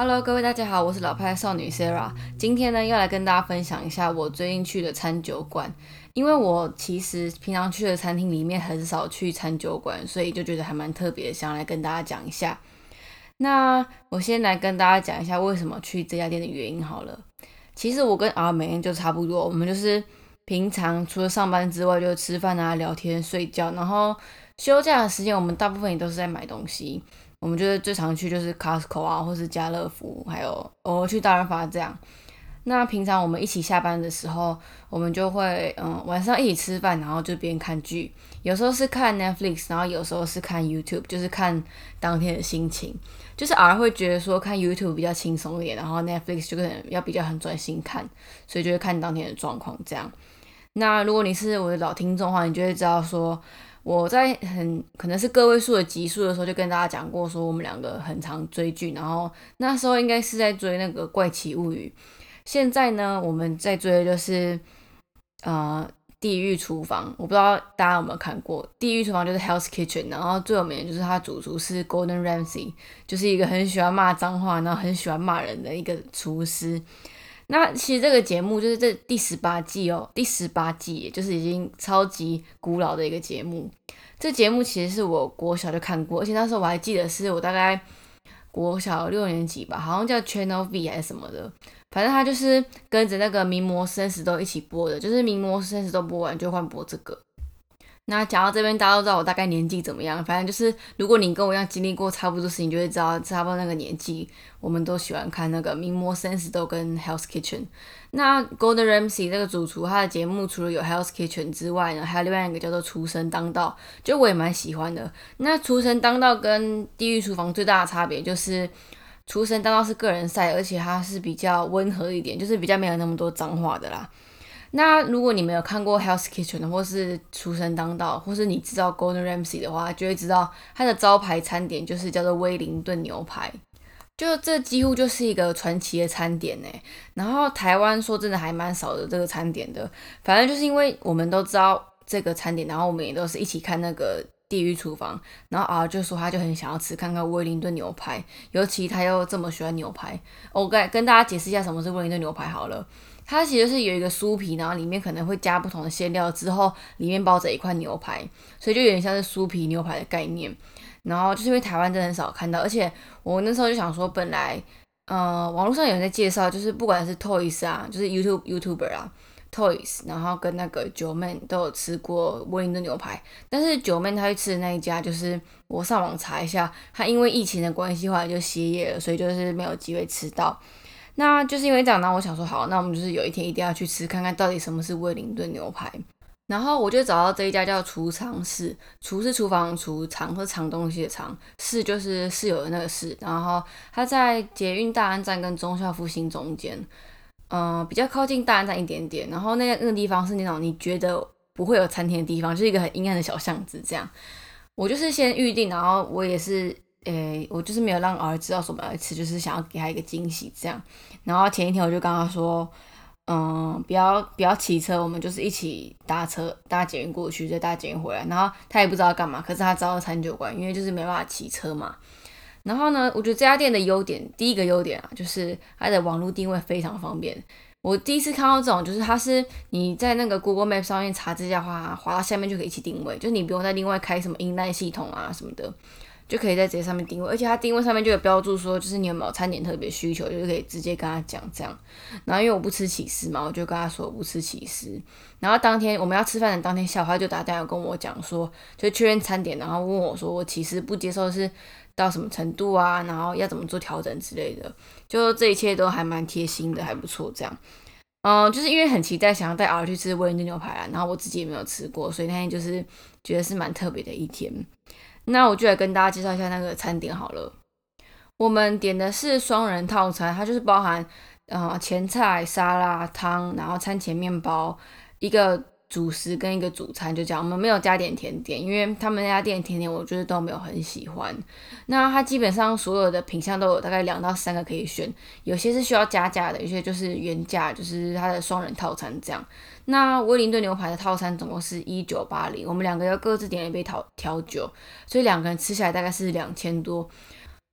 Hello，各位大家好，我是老派少女 Sarah。今天呢，要来跟大家分享一下我最近去的餐酒馆。因为我其实平常去的餐厅里面很少去餐酒馆，所以就觉得还蛮特别的，想来跟大家讲一下。那我先来跟大家讲一下为什么去这家店的原因好了。其实我跟 R 每天就差不多，我们就是平常除了上班之外，就吃饭啊、聊天、睡觉，然后休假的时间我们大部分也都是在买东西。我们就是最常去就是 Costco 啊，或是家乐福，还有偶尔去大润发这样。那平常我们一起下班的时候，我们就会晚上一起吃饭，然后就边看剧，有时候是看 Netflix，然后有时候是看 YouTube，就是看当天的心情。就是偶尔会觉得说看 YouTube 比较轻松一点，然后 Netflix 就可能要比较很专心看，所以就会看当天的状况这样。那如果你是我的老听众的话，你就会知道说我在可能是个位数的集数的时候，就跟大家讲过说我们两个很常追剧，然后那时候应该是在追那个《怪奇物语》。现在呢，我们在追的就是呃《地狱厨房》，我不知道大家有没有看过，《地狱厨房》就是 Hell's Kitchen，然后最有名的就是他主厨是 Gordon Ramsay，就是一个很喜欢骂脏话，然后很喜欢骂人的一个厨师。那其实这个节目就是这第18季哦，第18季就是已经超级古老的一个节目。这节目其实是我国小就看过，而且那时候我还记得是我大概国小6年级吧，好像叫 Channel V 还是什么的。反正他就是跟着那个名模生死斗一起播的，就是名模生死斗播完就换播这个。那讲到这边，大家都知道我大概年纪怎么样。反正就是，如果你跟我一样经历过差不多事情，就会知道差不多那个年纪，我们都喜欢看那个名模生死斗跟 Hell's Kitchen。那 Gordon Ramsay 这个主厨，他的节目除了有 Hell's Kitchen 之外呢，还有另外一个叫做厨神当道，就我也蛮喜欢的。那厨神当道跟地狱厨房最大的差别就是，厨神当道是个人赛，而且它是比较温和一点，就是比较没有那么多脏话的啦。那如果你们有看过 Hell's Kitchen 或是厨神当道，或是你知道 Gordon Ramsay 的话，就会知道他的招牌餐点就是叫做威灵顿牛排，就这几乎就是一个传奇的餐点呢。然后台湾说真的还蛮少的这个餐点的，反正就是因为我们都知道这个餐点，然后我们也都是一起看那个地狱厨房，然后就说他就很想要吃看看威灵顿牛排，尤其他又这么喜欢牛排。我跟大家解释一下什么是威灵顿牛排好了。它其实是有一个酥皮，然后里面可能会加不同的馅料，之后里面包着一块牛排，所以就有点像是酥皮牛排的概念。然后就是因为台湾真的很少看到，而且我那时候就想说，本来网络上有人在介绍，就是不管是 Toys 啊，就是 YouTuber 啊，Toys，然后跟那个九妹都有吃过威灵顿牛排，但是九妹她去吃的那一家，就是我上网查一下，她因为疫情的关系，后来就歇业了，所以就是没有机会吃到。那就是因为这样，然后我想说，好，那我们就是有一天一定要去吃，看看到底什么是威灵顿牛排。然后我就找到这一家叫储藏室，厨是厨房的厨，藏是藏东西的藏，室就是室友的那个室。然后它在捷运大安站跟忠孝复兴中间，比较靠近大安站一点点。然后那个地方是那种你觉得不会有餐厅的地方，就是一个很阴暗的小巷子这样。我就是先预定，然后我也是我就是没有让儿子知道说我们要吃，就是想要给他一个惊喜这样。然后前一天我就跟他说，不要骑车，我们就是一起搭车搭捷运过去，再搭捷运回来。然后他也不知道干嘛，可是他知道餐酒馆，因为就是没办法骑车嘛。然后呢，我觉得这家店的优点，第一个优点啊，就是它的网络定位非常方便。我第一次看到这种，就是它是你在那个 Google Map 上面查这家话，滑到下面就可以一起定位，就是你不用再另外开什么 inline 系统啊什么的。就可以在直接上面定位，而且它定位上面就有标注说，就是你有没有餐点特别需求，就是可以直接跟他讲这样。然后因为我不吃起司嘛，我就跟他说我不吃起司。然后当天我们要吃饭的当天下午，他就打电话跟我讲说，就确认餐点，然后问我说我起司不接受是到什么程度啊，然后要怎么做调整之类的。就这一切都还蛮贴心的，还不错这样。就是因为很期待想要带儿去吃威灵顿牛排啊，然后我自己也没有吃过，所以那天就是觉得是蛮特别的一天。那我就来跟大家介绍一下那个餐点好了。我们点的是双人套餐，它就是包含前菜、沙拉、汤，然后餐前面包，一个主食跟一个主餐，就这样。我们没有加点甜点，因为他们那家店甜点我觉得都没有很喜欢。那它基本上所有的品项都有大概2到3个可以选，有些是需要加价的，有些就是原价，就是它的双人套餐这样。那威灵顿牛排的套餐总共是1980，我们两个要各自点了一杯调酒，所以两个人吃下来大概是2000多。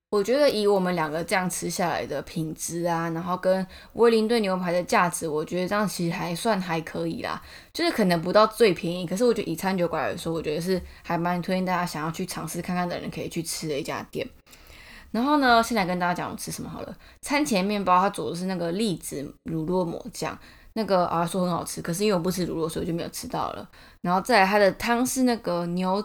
我觉得以我们两个这样吃下来的品质啊，然后跟威灵顿牛排的价值，我觉得这样其实还算还可以啦。就是可能不到最便宜，可是我觉得以餐酒馆来说，我觉得是还蛮推荐大家想要去尝试看看的人可以去吃的一家店。然后呢，先来跟大家讲我吃什么好了。餐前面包它煮的是那个栗子乳酪抹酱，那个说很好吃，可是因为我不吃乳酪，所以我就没有吃到了。然后再来它的汤是那个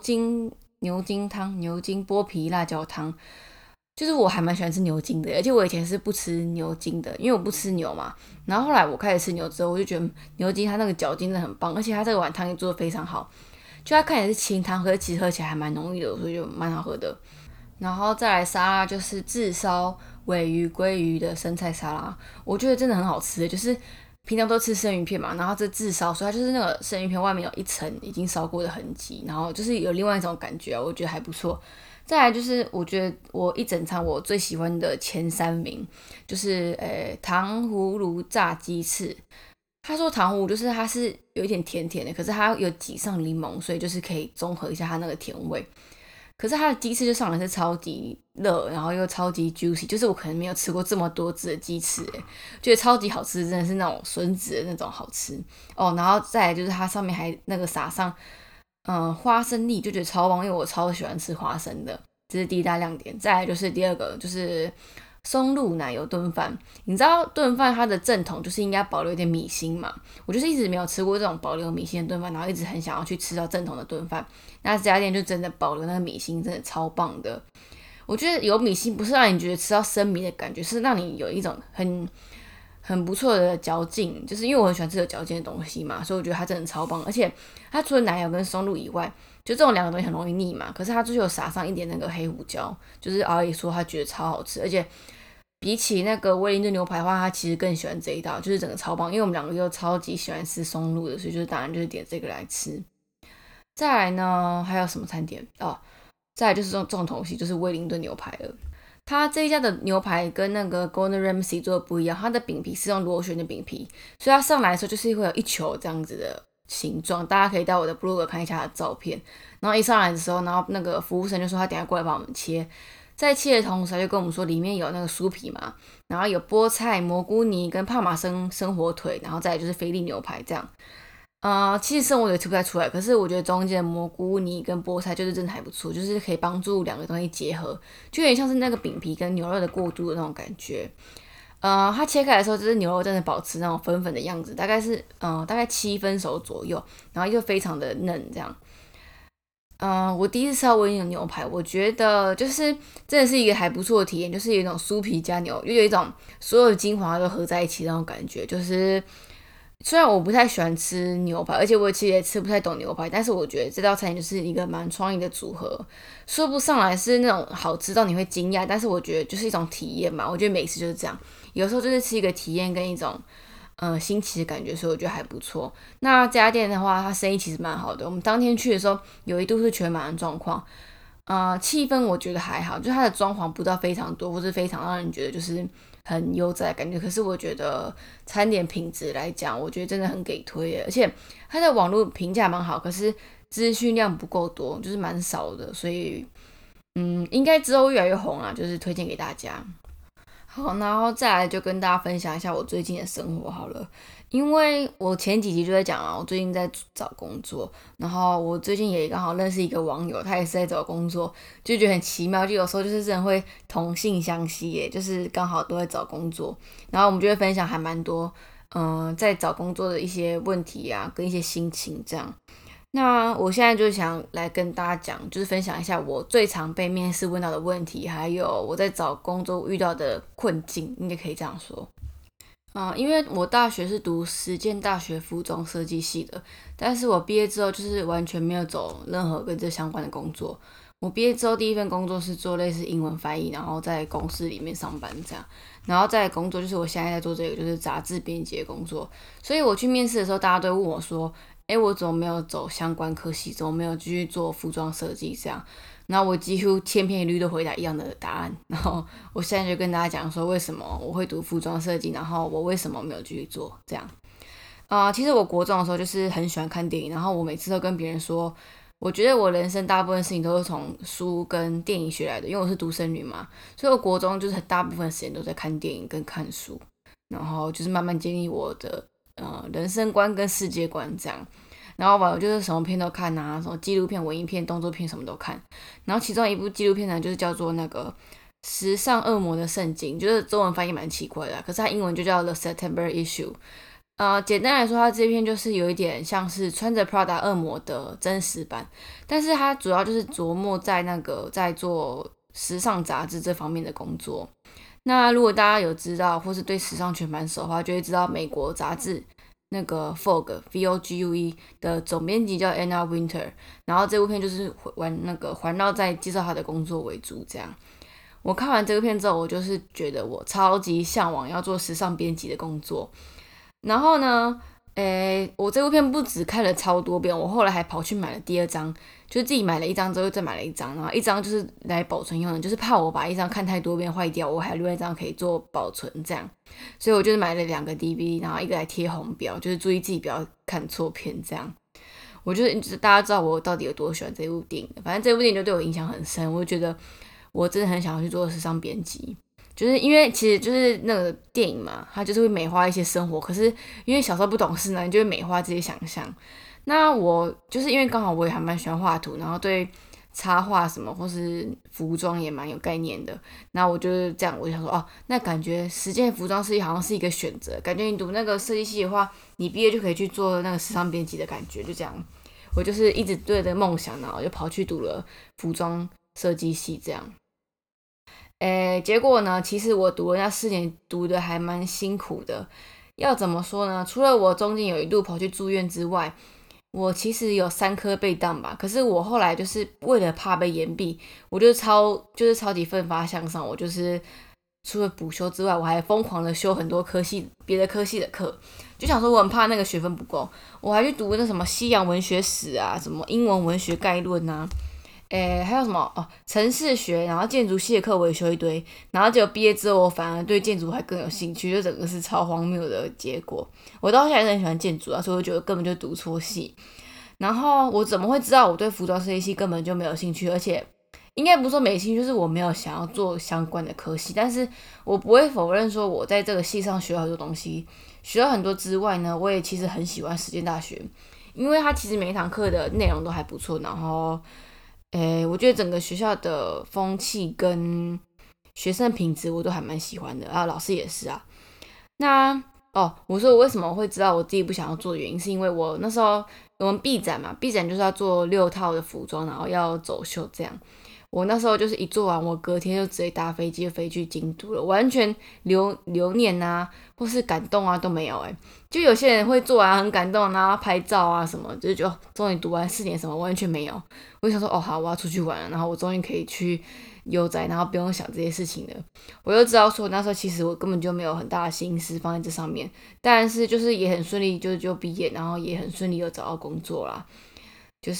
牛筋剥皮辣椒汤，就是我还蛮喜欢吃牛筋的，而且我以前是不吃牛筋的，因为我不吃牛嘛。然后后来我开始吃牛之后，我就觉得牛筋它那个嚼劲真的很棒，而且它这个碗汤也做的非常好。就它看起来是清汤，可是其实喝起来还蛮浓郁的，所以就蛮好喝的。然后再来沙拉就是炙烧尾鱼、鲑鱼的生菜沙拉，我觉得真的很好吃，就是平常都吃生鱼片嘛，然后这炙烧，所以它就是那个生鱼片外面有一层已经烧过的痕迹，然后就是有另外一种感觉啊，我觉得还不错。再来就是我觉得我一整餐我最喜欢的前3名就是糖葫芦炸鸡翅。他说糖葫芦就是它是有一点甜甜的，可是它有挤上柠檬，所以就是可以中和一下它那个甜味。可是它的鸡翅就上来是超级热，然后又超级 juicy，就是我可能没有吃过这么多只的鸡翅，觉得超级好吃，真的是那种吮指的那种好吃哦。然后再来就是它上面还那个撒上花生粒，就觉得超棒，因为我超喜欢吃花生的，这是第一大亮点。再来就是第二个就是松露奶油炖饭，你知道炖饭它的正统就是应该保留一点米心嘛？我就是一直没有吃过这种保留米心的炖饭，然后一直很想要去吃到正统的炖饭。那这家店就真的保留那个米心，真的超棒的。我觉得有米心不是让你觉得吃到生米的感觉，是让你有一种很不错的嚼劲，就是因为我很喜欢吃有嚼劲的东西嘛，所以我觉得它真的超棒。而且它除了奶油跟松露以外，就这种两个东西很容易腻嘛，可是它就是有撒上一点那个黑胡椒，就是熬也说他觉得超好吃，而且比起那个威灵顿牛排的话，他其实更喜欢这一道，就是整个超棒。因为我们两个又超级喜欢吃松露的，所以就是当然就是点这个来吃。再来呢，还有什么餐点哦？再来就是这种东西，就是威灵顿牛排了。它这一家的牛排跟那个 Gordon Ramsay 做的不一样，它的饼皮是用螺旋的饼皮，所以它上来的时候就是会有一球这样子的形状。大家可以到我的 blog 看一下它的照片。然后一上来的时候，然后那个服务生就说他等一下过来帮我们切。在切的同时，他就跟我们说里面有那个酥皮嘛，然后有菠菜、蘑菇泥跟帕玛森生火腿，然后再来就是菲力牛排这样。其实生我也吃不太出来，可是我觉得中间的蘑菇泥跟菠菜就是真的还不错，就是可以帮助两个东西结合，就有点像是那个饼皮跟牛肉的过渡的那种感觉。它切开的时候，就是牛肉真的保持那种粉粉的样子，大概是大概7分熟左右，然后又非常的嫩这样。我第一次吃到威灵顿牛排，我觉得就是真的是一个还不错的体验，就是有一种酥皮加牛，又有一种所有的精华都合在一起的那种感觉，就是虽然我不太喜欢吃牛排，而且我其实也吃不太懂牛排，但是我觉得这道菜就是一个蛮创意的组合，说不上来是那种好吃到你会惊讶，但是我觉得就是一种体验嘛。我觉得美食就是这样，有时候就是吃一个体验跟一种新奇的感觉，所以我觉得还不错。那这家店的话，它生意其实蛮好的。我们当天去的时候，有一度是全满的状况。气氛我觉得还好，就它的装潢不到非常多，或是非常让人觉得就是很悠哉的感觉。可是我觉得餐点品质来讲，我觉得真的很给推耶，而且它的网络评价蛮好，可是资讯量不够多，就是蛮少的，所以应该之后越来越红啦，就是推荐给大家。好，然后再来就跟大家分享一下我最近的生活好了，因为我前几集就在讲啊，我最近在找工作，然后我最近也刚好认识一个网友，他也是在找工作，就觉得很奇妙，就有时候就是真的会同性相吸耶，就是刚好都在找工作，然后我们就会分享还蛮多，在找工作的一些问题啊，跟一些心情这样。那我现在就想来跟大家讲，就是分享一下我最常被面试问到的问题，还有我在找工作遇到的困境，应该可以这样说。因为我大学是读实践大学服装设计系的，但是我毕业之后就是完全没有走任何跟这相关的工作。我毕业之后第一份工作是做类似英文翻译，然后在公司里面上班这样，然后再工作就是我现在在做这个就是杂志编辑的工作。所以我去面试的时候，大家都会问我说，我怎么没有走相关科系，怎么没有继续做服装设计这样？然后我几乎千篇一律都回答一样的答案。然后我现在就跟大家讲说，为什么我会读服装设计，然后我为什么没有继续做这样。其实我国中的时候就是很喜欢看电影，然后我每次都跟别人说， 我觉得我人生大部分事情都是从书跟电影学来的，因为我是独生女嘛，所以我国中就是很大部分时间都在看电影跟看书，然后就是慢慢建立我的人生观跟世界观这样。然后我就是什么片都看啊，什么纪录片、文艺片、动作片什么都看。然后其中一部纪录片呢，就是叫做那个时尚恶魔的圣经，就是中文翻译蛮奇怪的可是它英文就叫 The September Issue。简单来说，它这篇就是有一点像是穿着 Prada 恶魔的真实版，但是它主要就是琢磨在在做时尚杂志这方面的工作。那如果大家有知道或是对时尚圈蛮熟的话，就会知道美国杂志那个 Vogue 的总编辑叫 Anna Wintour，然后这部片就是环绕在介绍他的工作为主这样。我看完这部片之后，我就是觉得我超级向往要做时尚编辑的工作。然后呢，我这部片不止看了超多遍，我后来还跑去买了第二张，就是自己买了一张之后再买了一张，然后一张就是来保存用的，就是怕我把一张看太多遍坏掉，我还留一张可以做保存这样。所以我就是买了2个 DVD，然后一个来贴红标，就是注意自己不要看错片这样。我觉得大家知道我到底有多喜欢这部电影，反正这部电影就对我影响很深，我就觉得我真的很想要去做时尚编辑。就是因为其实就是那个电影嘛，它就是会美化一些生活，可是因为小时候不懂事呢，你就会美化这些想象。那我就是因为刚好我也还蛮喜欢画图，然后对插画什么或是服装也蛮有概念的。那我就是这样，我就想说哦，那感觉实践服装设计好像是一个选择，感觉你读那个设计系的话，你毕业就可以去做那个时尚编辑的感觉，就这样。我就是一直对着梦想，然后就跑去读了服装设计系这样。结果呢，其实我读了那4年，读的还蛮辛苦的。要怎么说呢？除了我中间有一度跑去住院之外，我其实有3科被当吧。可是我后来就是为了怕被延毕，我就超级奋发向上。我就是除了补修之外，我还疯狂的修很多别的科系的课，就想说我很怕那个学分不够，我还去读那什么西洋文学史啊，什么英文文学概论啊。还有什么城市学，然后建筑系的课我也修一堆，然后结果毕业之后，我反而对建筑还更有兴趣，就整个是超荒谬的结果。我到现在还是很喜欢建筑啊，所以我觉得根本就读错系。然后我怎么会知道我对服装设计系根本就没有兴趣？而且应该不是说没兴趣，就是我没有想要做相关的科系。但是我不会否认说我在这个系上学了很多东西，学了很多之外呢，我也其实很喜欢实践大学，因为它其实每一堂课的内容都还不错，然后。我觉得整个学校的风气跟学生品质我都还蛮喜欢的啊，老师也是啊。那我说我为什么会知道我自己不想要做的原因，是因为我那时候我们 B 展嘛，B 展就是要做6套的服装，然后要走秀这样。我那时候就是一做完，我隔天就直接搭飞机飞去京都了，完全留念啊，或是感动啊都没有就有些人会做完很感动，然后拍照啊什么，就是终于读完4年什么完全没有。我就想说好，我要出去玩了，然后我终于可以去悠哉，然后不用想这些事情了。我就知道说那时候其实我根本就没有很大的心思放在这上面，但是就是也很顺利就毕业，然后也很顺利有找到工作啦，就是。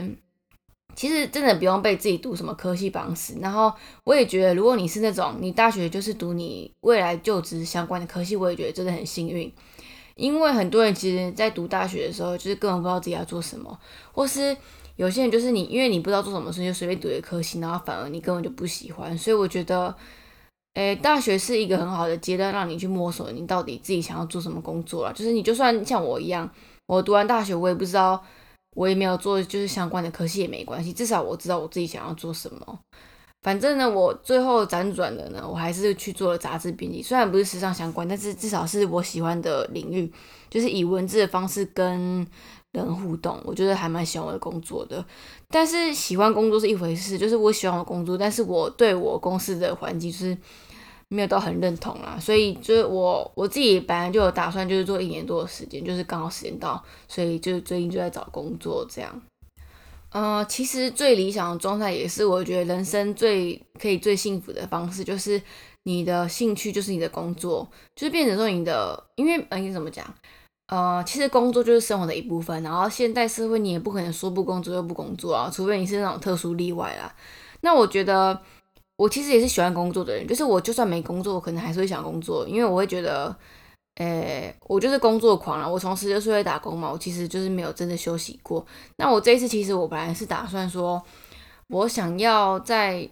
其实真的不用被自己读什么科系绑死，然后我也觉得，如果你是那种你大学就是读你未来就职相关的科系，我也觉得真的很幸运，因为很多人其实在读大学的时候，就是根本不知道自己要做什么，或是有些人就是因为你不知道做什么，所以就随便读一个科系，然后反而你根本就不喜欢，所以我觉得，大学是一个很好的阶段，让你去摸索你到底自己想要做什么工作啦，就是你就算像我一样，我读完大学我也不知道。我也没有做就是相关的科系也没关系，至少我知道我自己想要做什么。反正呢，我最后辗转的呢，我还是去做了杂志编辑，虽然不是时尚相关，但是至少是我喜欢的领域，就是以文字的方式跟人互动，我觉得还蛮喜欢我的工作的。但是喜欢工作是一回事，就是我喜欢我的工作，但是我对我公司的环境就是没有到很认同啦，所以就是我自己本来就有打算，就是做1年多的时间，就是刚好时间到，所以就最近就在找工作这样。其实最理想的状态也是我觉得人生最幸福的方式，就是你的兴趣就是你的工作，就是变成说你的，因为你怎么讲？其实工作就是生活的一部分，然后现代社会你也不可能说不工作就不工作啊，除非你是那种特殊例外啦。那我觉得。我其实也是喜欢工作的人，就是我就算没工作，我可能还是会想工作，因为我会觉得， 我就是工作狂啦，我从16岁会打工嘛，我其实就是没有真的休息过。那我这一次其实我本来是打算说，我想要在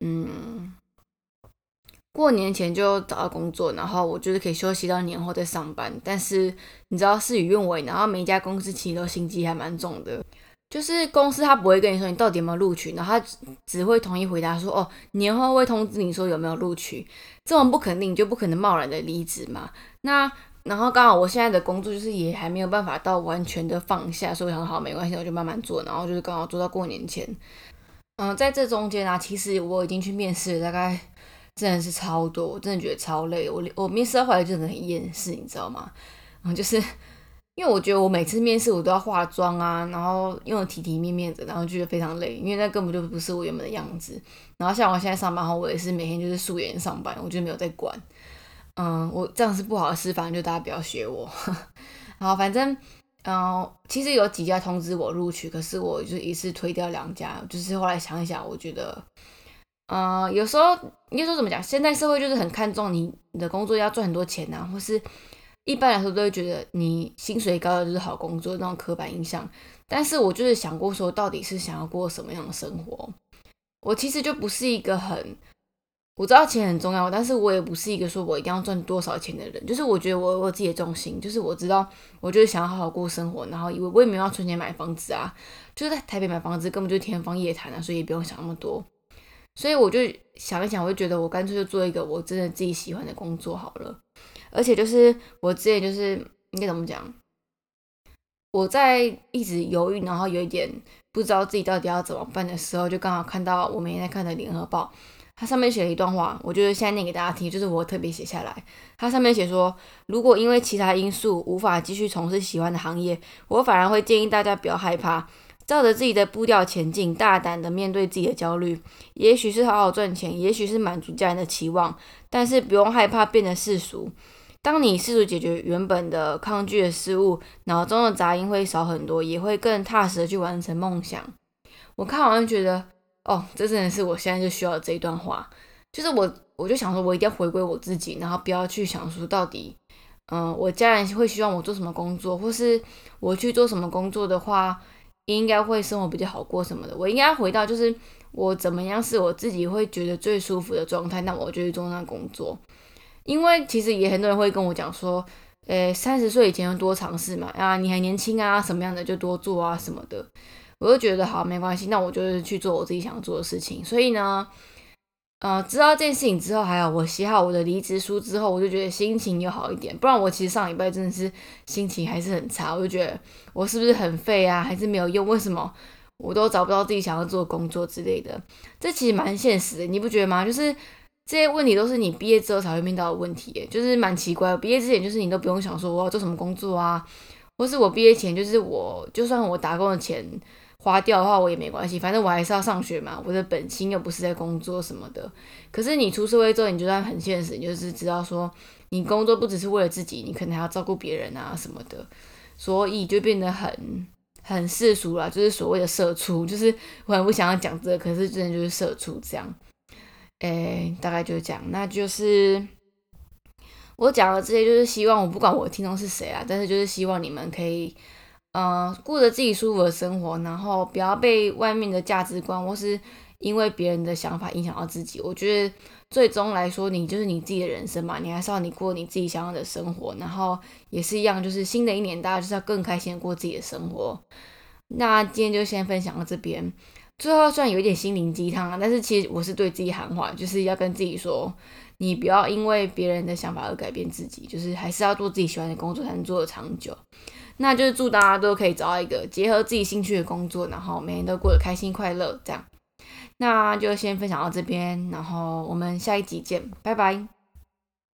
过年前就找到工作，然后我就是可以休息到年后再上班。但是你知道事与愿违，然后每一家公司其实都心机还蛮重的，就是公司他不会跟你说你到底有没有录取，然后他只会统一回答说，哦，年后会通知你说有没有录取。这种不肯定就不可能贸然的离职嘛。那然后刚好我现在的工作就是也还没有办法到完全的放下，所以我想好没关系，我就慢慢做，然后就是刚好做到过年前。在这中间啊，其实我已经去面试了，大概真的是超多，我真的觉得超累。我面试到后来就真的很厌世，你知道吗？就是因为我觉得我每次面试我都要化妆啊，然后用的体体面面的，然后觉得非常累，因为那根本就不是我原本的样子。然后像我现在上班后，我也是每天就是素颜上班，我就没有在管。我这样是不好的示范，就大家不要学我。然后反正，其实有几家通知我录取，可是我就一次推掉2家。就是后来想一想，我觉得，有时候应该说怎么讲，现在社会就是很看重你的工作要赚很多钱啊，或是一般来说都会觉得你薪水高的就是好工作那种刻板印象。但是我就是想过说，到底是想要过什么样的生活？我其实就不是一个我知道钱很重要，但是我也不是一个说我一定要赚多少钱的人。就是我觉得我有自己的重心，就是我知道我就是想要好好过生活，然后我也没有要存钱买房子啊，就是在台北买房子根本就天方夜谭啊，所以也不用想那么多。所以我就想一想，我就觉得我干脆就做一个我真的自己喜欢的工作好了。而且就是我之前就是应该怎么讲，我在一直犹豫，然后有一点不知道自己到底要怎么办的时候，就刚好看到我每天在看的《联合报》，它上面写了一段话，我就是现在念给大家听，就是我特别写下来。它上面写说，如果因为其他因素无法继续从事喜欢的行业，我反而会建议大家不要害怕，照着自己的步调前进，大胆的面对自己的焦虑。也许是好好赚钱，也许是满足家人的期望，但是不用害怕变得世俗。当你试图解决原本的抗拒的事物，脑中的杂音会少很多，也会更踏实的去完成梦想。我看完就觉得，哦，这真的是我现在就需要的这一段话。就是我就想说，我一定要回归我自己，然后不要去想说到底，我家人会希望我做什么工作，或是我去做什么工作的话，应该会生活比较好过什么的。我应该回到就是我怎么样是我自己会觉得最舒服的状态，那我就去做那工作。因为其实也很多人会跟我讲说，30岁以前就多尝试嘛，啊，你还年轻啊，什么样的就多做啊什么的。我就觉得好没关系，那我就是去做我自己想做的事情。所以呢，知道这件事情之后，还有我写好我的离职书之后，我就觉得心情又好一点。不然我其实上礼拜真的是心情还是很差，我就觉得我是不是很废啊，还是没有用？为什么我都找不到自己想要做的工作之类的？这其实蛮现实的，你不觉得吗？就是这些问题都是你毕业之后才会面到的问题耶，就是蛮奇怪的。毕业之前就是你都不用想说我要做什么工作啊，或是我毕业前就是就算我打工的钱花掉的话，我也没关系，反正我还是要上学嘛，我的本薪又不是在工作什么的。可是你出社会之后，你就算很现实，你就是知道说，你工作不只是为了自己，你可能还要照顾别人啊什么的，所以就变得很世俗啦，就是所谓的社畜，就是我很不想要讲这个，可是真的就是社畜这样。大概就是这样，那就是我讲的这些，就是希望我不管我的听众是谁啊，但是就是希望你们可以，过着自己舒服的生活，然后不要被外面的价值观或是因为别人的想法影响到自己。我觉得最终来说，你就是你自己的人生嘛，你还是要你过你自己想要的生活，然后也是一样，就是新的一年大家就是要更开心的过自己的生活。那今天就先分享到这边。最后虽然有一点心灵鸡汤啊，但是其实我是对自己喊话，就是要跟自己说，你不要因为别人的想法而改变自己，就是还是要做自己喜欢的工作才能做得长久。那就是祝大家都可以找到一个结合自己兴趣的工作，然后每天都过得开心快乐这样。那就先分享到这边，然后我们下一集见，拜拜。